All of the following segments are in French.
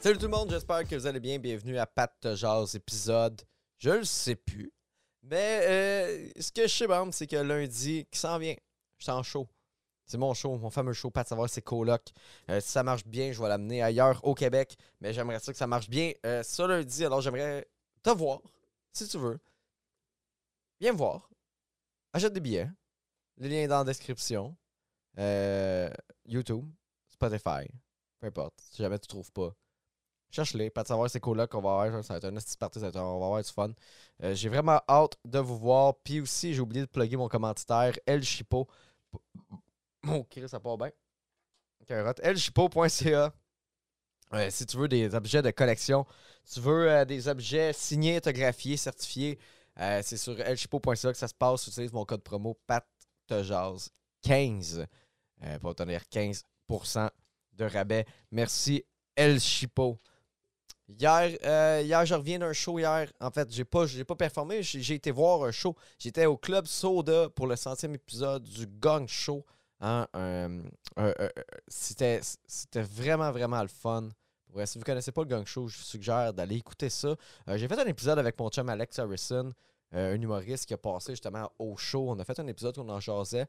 Salut tout le monde, j'espère que vous allez bien. Bienvenue à Pat te jase épisode, je le sais plus. Mais ce que je sais, bon, c'est que lundi, qui s'en vient, je suis en show. C'est mon show, mon fameux show, Pat savoir c'est coloc. Si ça marche bien, je vais l'amener ailleurs au Québec. Mais j'aimerais ça que ça marche bien ce lundi. Alors j'aimerais te voir, si tu veux. Viens me voir. Achète des billets. Le lien est dans la description. YouTube, Spotify, peu importe. Si jamais tu trouves pas. Cherche-les, pas de savoir c'est cool là qu'on va avoir. Ça va être un petit party, on va avoir du fun. J'ai vraiment hâte de vous voir. Puis aussi, j'ai oublié de plugger mon commanditaire, El Chipo. Mon Chris, ça part bien. Carotte. elchipo.ca. Si tu veux des objets de collection, tu veux des objets signés, autographiés, certifiés, c'est sur elchipo.ca que ça se passe. Utilise mon code promo PATTEJASE15 pour obtenir 15% de rabais. Merci El Chipo. Hier, je reviens d'un show hier. En fait, j'ai pas performé. J'ai été voir un show. J'étais au Club Soda pour le 100e épisode du Gong Show. Hein, c'était vraiment, vraiment le fun. Si vous ne connaissez pas le Gong Show, je vous suggère d'aller écouter ça. J'ai fait un épisode avec mon chum Alex Harrison, un humoriste qui a passé justement au show. On a fait un épisode où on en jasait.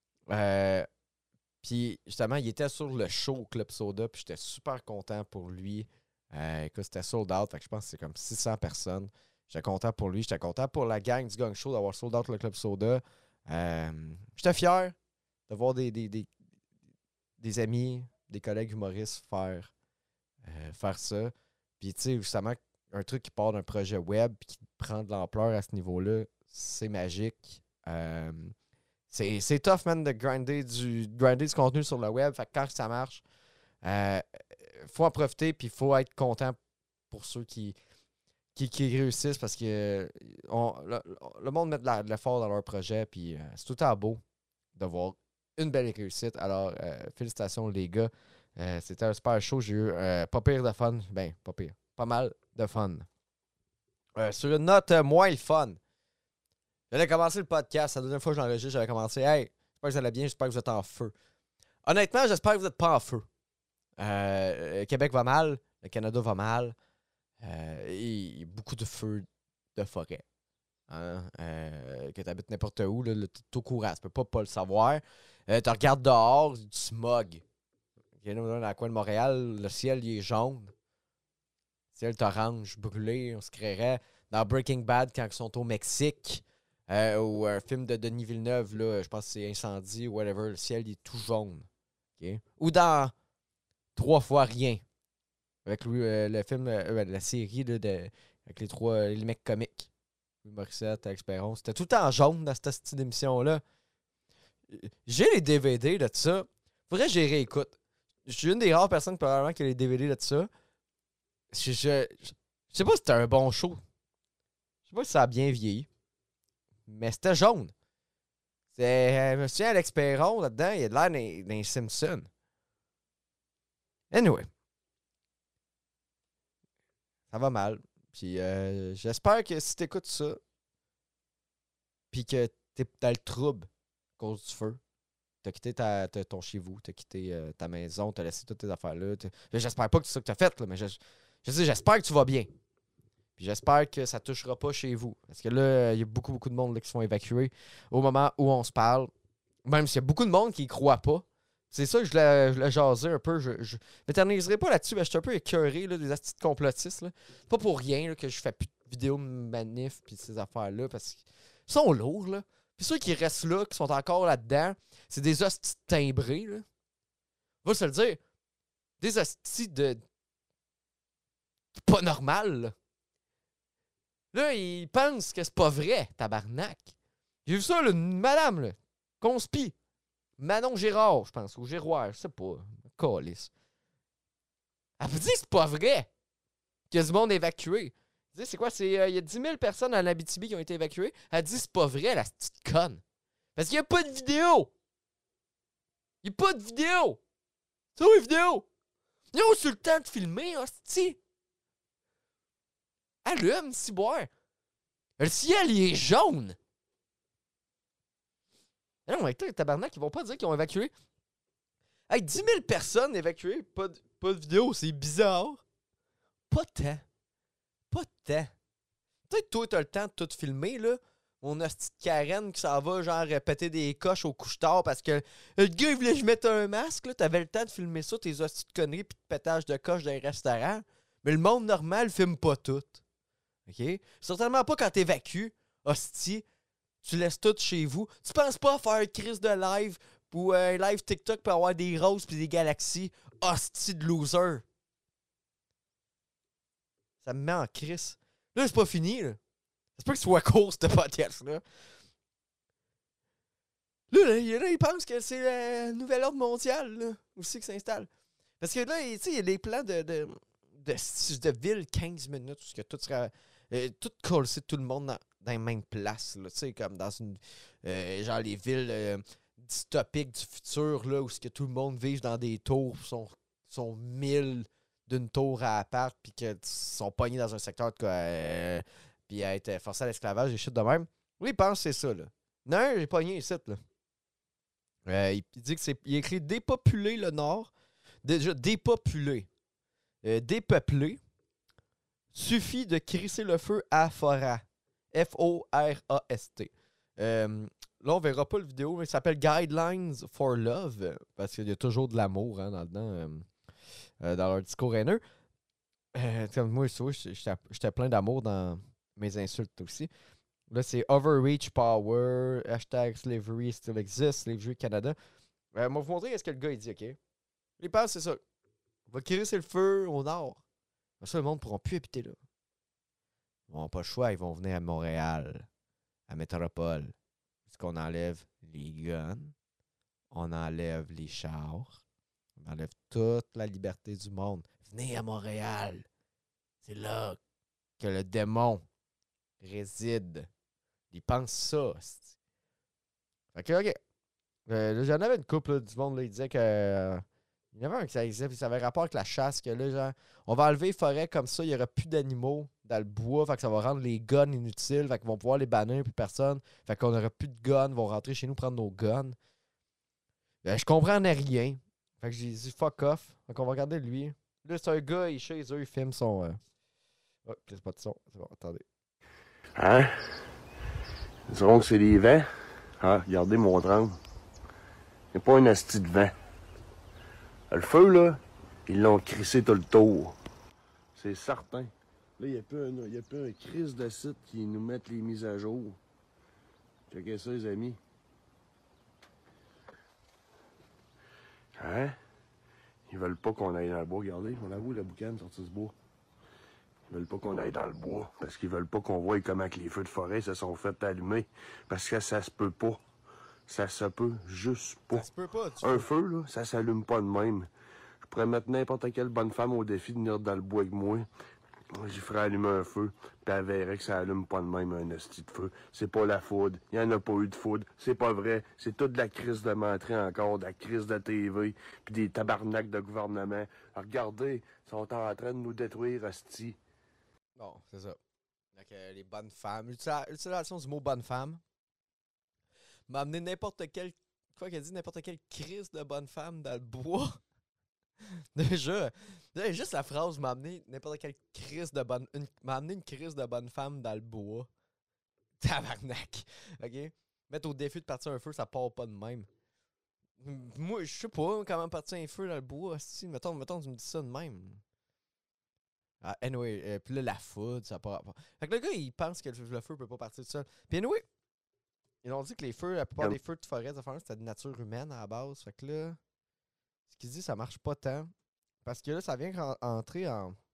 Puis justement, il était sur le show au Club Soda. Puis j'étais super content pour lui. Écoute, c'était sold out. Fait que je pense que c'est comme 600 personnes. J'étais content pour lui. J'étais content pour la gang du Gong Show d'avoir sold out le Club Soda. J'étais fier de voir des amis, des collègues humoristes faire ça. Puis, tu sais, justement, un truc qui part d'un projet web et qui prend de l'ampleur à ce niveau-là, c'est magique. C'est tough, man, de grinder du contenu sur le web. Fait que quand ça marche, faut en profiter puis il faut être content pour ceux qui réussissent parce que le monde met de l'effort dans leur projet puis c'est tout le temps beau de voir une belle réussite. Alors, félicitations les gars. C'était un super show. J'ai eu pas pire de fun. Ben, pas pire. Pas mal de fun. Sur une note moins le fun. J'allais commencer le podcast. C'est la deuxième fois que j'enregistre. J'avais commencé. Hey, j'espère que ça allait bien. J'espère que vous êtes en feu. Honnêtement, j'espère que vous n'êtes pas en feu. Le Québec va mal. Le Canada va mal. Il y a beaucoup de feux de forêt. Hein? Que tu habites n'importe où, là, tu es au courant. Tu peux pas le savoir. Tu regardes dehors, du smog. Dans le coin de Montréal, le ciel il est jaune. Le ciel est orange, brûlé. On se créerait dans Breaking Bad quand ils sont au Mexique. Ou un film de Denis Villeneuve, là, je pense que c'est Incendie ou whatever. Le ciel il est tout jaune. Okay? Ou dans 3 fois rien. Avec lui, le film, la série là, avec les mecs comiques. Louis Morissette, Alex Perron. C'était tout le temps jaune dans cette style d'émission-là. J'ai les DVD de ça. Faudrait que j'y réécoute. Je suis une des rares personnes probablement qui a les DVD de ça. Je sais pas si c'était un bon show. Je sais pas si ça a bien vieilli. Mais c'était jaune. C'est monsieur Alex Perron là-dedans, il a de l'air d'un Simpson. Anyway. Ça va mal. Puis j'espère que si t'écoutes ça, puis que t'es dans le trouble à cause du feu, t'as quitté ton chez vous, t'as quitté ta maison, t'as laissé toutes tes affaires là. J'espère pas que c'est ça que t'as fait, là, mais j'espère que tu vas bien. Puis j'espère que ça touchera pas chez vous. Parce que là, il y a beaucoup, beaucoup de monde là, qui se font évacuer au moment où on se parle. Même s'il y a beaucoup de monde qui y croient pas. C'est ça que je l'ai jasé un peu. Je m'éterniserai pas là-dessus, mais je suis un peu écœuré là, des astuces complotistes. Là. Pas pour rien là, que je fais plus de vidéos manif puis ces affaires-là, parce qu'ils sont lourds. Là. Puis ceux qui restent là, qui sont encore là-dedans, c'est des hosties timbrés. Là. On va se le dire. Des hosties de pas normal. Là, ils pensent que c'est pas vrai, tabarnak. J'ai vu ça, là, une madame, là, conspi. Manon Gérard, je pense, ou Géroir, je sais pas. Calice. Elle me dit que c'est pas vrai qu'il y a du monde évacué. Elle dit, c'est quoi? Il y a 10 000 personnes en Abitibi qui ont été évacuées. Elle dit, c'est pas vrai, la petite conne. Parce qu'il n'y a pas de vidéo. Il n'y a pas de vidéo. C'est où les vidéos? Ils ont sur le temps de filmer, hostie. Allume, si boire. Le ciel, il est jaune. Non, avec toi, les tabarnak, ils vont pas dire qu'ils ont évacué. Hey, 10 000 personnes évacuées, pas de vidéo, c'est bizarre. Pas tant. Pas tant. Peut-être toi, t'as le temps de tout filmer, là. On a cette petite Karen qui s'en va, genre, péter des coches au couche-tard parce que le gars, il voulait que je mette un masque, là. T'avais le temps de filmer ça, tes hosties de conneries pis de pétage de coches dans les restaurants. Mais le monde normal filme pas tout. OK? Certainement pas quand t'évacues, hostie. Tu laisses tout chez vous. Tu penses pas à faire un crise de live ou un live TikTok pour avoir des roses pis des galaxies. Hostie de loser. Ça me met en crise. Là, c'est pas fini, là. C'est pas que ce soit court, ce podcast-là. Là, il pense que c'est le nouvel ordre mondial, là, aussi, qui s'installe. Parce que là, tu sais, il y a des plans de ville 15 minutes, où tout sera... tout colle, c'est tout le monde dans les mêmes places, là, tu sais, comme dans une... genre les villes dystopiques du futur, là, où ce que tout le monde vit dans des tours, sont 1000 d'une tour à appart, puis qu'ils sont pognés dans un secteur, puis à être forcés à l'esclavage, et shit de même. Oui, il pense que c'est ça, là. Non, j'ai pogné ici, là. Il dit que c'est... Il écrit « Dépopuler le Nord ». Déjà, dépopuler. Dépeuplé. Suffit de crisser le feu à Forast. F-O-R-A-S-T. Là, on verra pas le vidéo, mais ça s'appelle Guidelines for Love, parce qu'il y a toujours de l'amour dedans, dans leur discours haineux. Comme moi, j'étais plein d'amour dans mes insultes aussi. Là, c'est Overreach Power, hashtag Slavery Still Exists, Slavery Canada. On va vous montrer ce que le gars il dit, OK? Il pense, c'est ça. On va crisser le feu au nord. Comme ça, le monde ne pourra plus habiter là. Ils n'auront pas le choix, ils vont venir à Montréal, à Métropole. Parce qu'on enlève les guns, on enlève les chars, on enlève toute la liberté du monde. Venez à Montréal. C'est là que le démon réside. Ils pensent ça. Fait que, OK. Là, j'en avais une couple du monde, là, il disait que... il y en avait un qui ça avait rapport avec la chasse, que là, genre, on va enlever les forêts comme ça, il n'y aura plus d'animaux dans le bois, fait que ça va rendre les guns inutiles, fait qu'ils vont pouvoir les bannir, plus personne, fait qu'on n'aura plus de guns, ils vont rentrer chez nous prendre nos guns. Je comprends rien. Fait que j'ai dit fuck off. Fait qu'on va regarder lui. Là, c'est un gars, il chez eux, il filme son... Oh, c'est pas de son. C'est bon, attendez. Hein? Ils diront que c'est des vents. Ah, regardez mon drame. Il n'y a pas un asti de vent. Le feu, là, ils l'ont crissé tout le tour. C'est certain. Là, il n'y a plus un crise de site qui nous mette les mises à jour. Checkez ça, les amis. Hein? Ils veulent pas qu'on aille dans le bois. Regardez, on avoue la boucane sortie du bois. Ils veulent pas qu'on aille dans le bois. Parce qu'ils veulent pas qu'on voie comment que les feux de forêt se sont fait allumer. Parce que ça se peut pas. Ça se peut juste pas. Ça se peut pas, Un feu, là, ça s'allume pas de même. Je pourrais mettre n'importe quelle bonne femme au défi de venir dans le bois avec moi. J'y ferais allumer un feu, puis elle verrait que ça allume pas de même un hostie de feu. C'est pas la foudre. Il y en a pas eu de foudre. C'est pas vrai. C'est toute de la crise de menterie encore, de la crise de TV, puis des tabarnaks de gouvernement. Alors, regardez, ils sont en train de nous détruire, hostie. Bon, c'est ça. Donc, les bonnes femmes. L'utilisation du mot bonne femme m'a amené n'importe quelle. Quoi qu'elle dit, n'importe quelle crise de bonne femme dans le bois. Déjà, juste la phrase m'a amené n'importe quelle crise de bonne. M'a amené une crise de bonne femme dans le bois. Tabarnak. OK? Mettre au défi de partir un feu, ça part pas de même. Moi, je sais pas comment partir un feu dans le bois. Si, mettons, tu me dis ça de même. Ah, anyway, puis là, la foudre, ça part. Fait que le gars, il pense que le feu peut pas partir tout seul. Puis anyway, ils ont dit que les feux, la plupart des feux de forêt, c'était de nature humaine à la base. Fait que là, ce qu'il dit, ça marche pas tant. Parce que là, ça vient entrer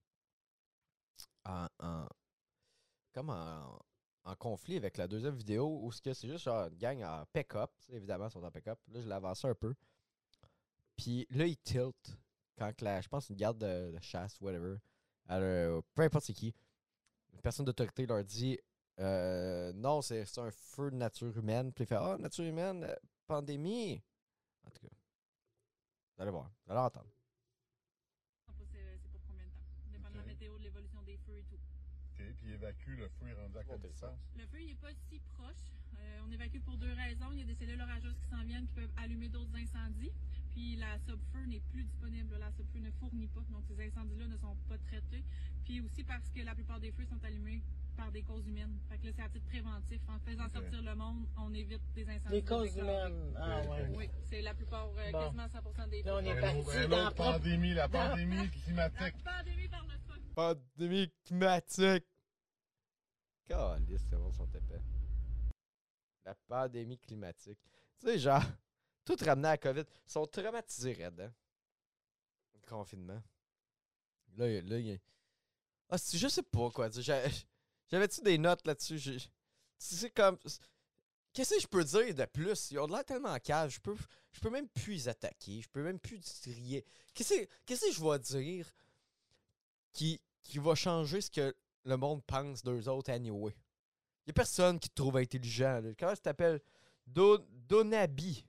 comme en conflit avec la deuxième vidéo où c'est juste genre une gang en pick-up. Évidemment, ils sont en pick-up. Là, je l'ai avancé un peu. Puis là, il tilt quand je pense une garde de chasse, whatever. Peu importe c'est qui. Une personne d'autorité leur dit non, c'est un feu de nature humaine. Puis il fait ah, nature humaine, pandémie. En tout cas, vous allez voir, vous allez entendre. C'est pour combien de temps? Dépend de la météo, de l'évolution des feux et tout. OK, puis il évacue, le feu est rendu à quelle distance? Le feu, il n'est pas si proche. On évacue pour deux raisons. Il y a des cellules orageuses qui s'en viennent qui peuvent allumer d'autres incendies. Puis la sub-feu n'est plus disponible. La sub-feu ne fournit pas. Donc, ces incendies-là ne sont pas traités. Puis aussi parce que la plupart des feux sont allumés par des causes humaines. Fait que là, c'est à titre préventif. En faisant sortir le monde, on évite des incendies. Des causes humaines. Ah ouais. Oui, c'est la plupart, quasiment 100% des Là, on feux. est parti Une dans autre pandémie, la pandémie climatique. La pandémie par le feu. Pandémie climatique. Caliste, c'est bon, son épais. La pandémie climatique. Tu sais, genre, tout ramené à la COVID. Ils sont traumatisés, raides, hein? Le confinement. Là, il y a... Ah, je sais pas quoi dire. J'avais-tu des notes là-dessus? C'est comme... Qu'est-ce que je peux dire de plus? Ils ont l'air tellement cave. Je peux même plus les attaquer. Je peux même plus trier. Qu'est-ce que je vais dire qui va changer ce que le monde pense d'eux autres anyway? Il y a personne qui te trouve intelligent. Là. Comment ça t'appelle? Donabi.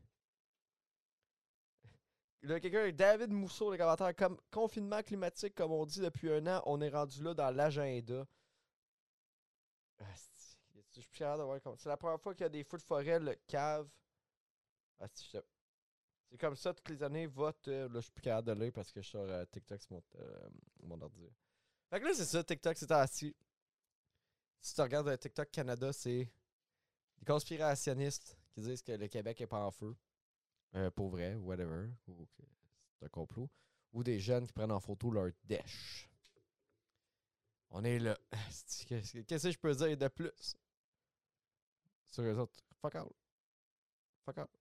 Là, quelqu'un, David Mousseau, les commentaires, comme confinement climatique, comme on dit depuis un an, on est rendu là dans l'agenda. Je suis plus capable de voir comme... C'est la première fois qu'il y a des feux de forêt, le cave. C'est comme ça toutes les années, vote. Là, je suis plus capable de lire parce que je suis sur TikTok sur mon ordi. Fait que là, c'est ça, TikTok, c'est assis. Si tu regardes TikTok Canada, c'est des conspirationnistes qui disent que le Québec est pas en feu. Pour vrai, whatever. Ou que c'est un complot. Ou des jeunes qui prennent en photo leur dèche. On est là. Qu'est-ce que je peux dire de plus? Sur eux autres. Fuck out. Fuck out.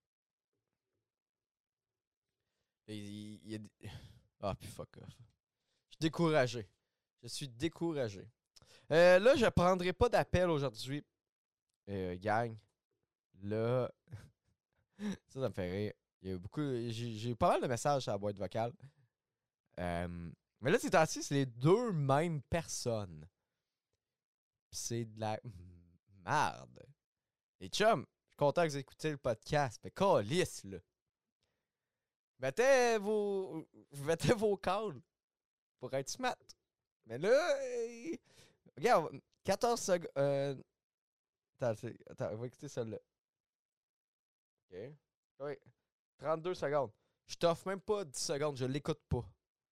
Ah, puis fuck off. Je suis découragé. Je suis découragé. Là, je prendrai pas d'appel aujourd'hui. Gang. Là. Ça me fait rire. Il y a beaucoup. J'ai eu pas mal de messages sur la boîte vocale. Mais là, c'est assis, c'est les deux mêmes personnes. Pis c'est de la merde. Et chum, je suis content que vous écoutez le podcast. Mais calisse, là. Mettez vos calls pour être smart. Mais là, regarde, 14 secondes. Attends, on va écouter celle-là. OK. Oui. 32 secondes. Je t'offre même pas 10 secondes, je l'écoute pas.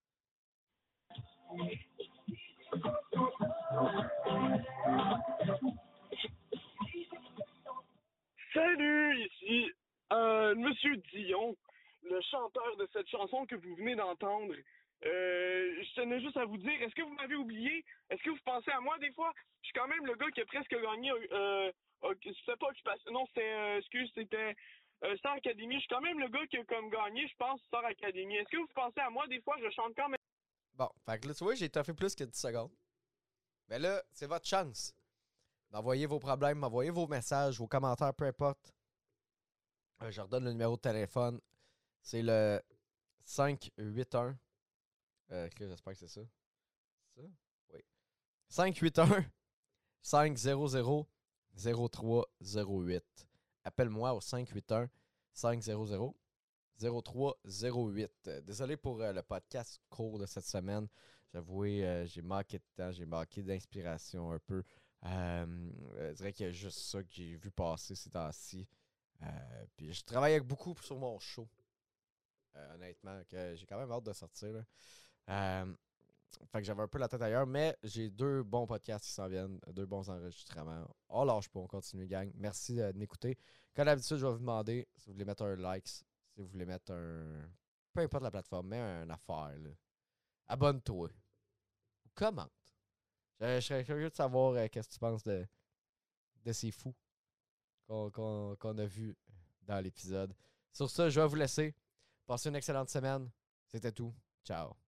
Salut, ici Monsieur Dion, le chanteur de cette chanson que vous venez d'entendre. Je tenais juste à vous dire, est-ce que vous m'avez oublié? Est-ce que vous pensez à moi des fois? Je suis quand même le gars qui a presque gagné, c'était pas Occupation, non, c'était Star Academy. Je suis quand même le gars qui a comme gagné, je pense, Star Academy. Est-ce que vous pensez à moi des fois? Je chante quand même. Bon, fait que là, tu vois, j'ai toffé plus que 10 secondes. Mais là, c'est votre chance d'envoyer vos problèmes, m'envoyer vos messages, vos commentaires, peu importe. Je redonne le numéro de téléphone. C'est le 581. J'espère que c'est ça. C'est ça? Oui. 581-500-0308. Appelle-moi au 581-500-0308. Désolé pour le podcast court de cette semaine. J'avoue, j'ai manqué de temps, j'ai manqué d'inspiration un peu. Je dirais qu'il y a juste ça que j'ai vu passer ces temps-ci. Puis je travaille beaucoup sur mon show. Honnêtement, que j'ai quand même hâte de sortir. Là. Fait que j'avais un peu la tête ailleurs, mais j'ai 2 bons podcasts qui s'en viennent, 2 bons enregistrements. On lâche pas, on continue, gang. Merci de m'écouter. Comme d'habitude, je vais vous demander si vous voulez mettre un like, si vous voulez mettre un... Peu importe la plateforme, mets une affaire. Là. Abonne-toi. Ou commente. Je serais curieux de savoir qu'est-ce que tu penses de ces fous qu'on a vus dans l'épisode. Sur ça, je vais vous laisser. Passez une excellente semaine. C'était tout. Ciao.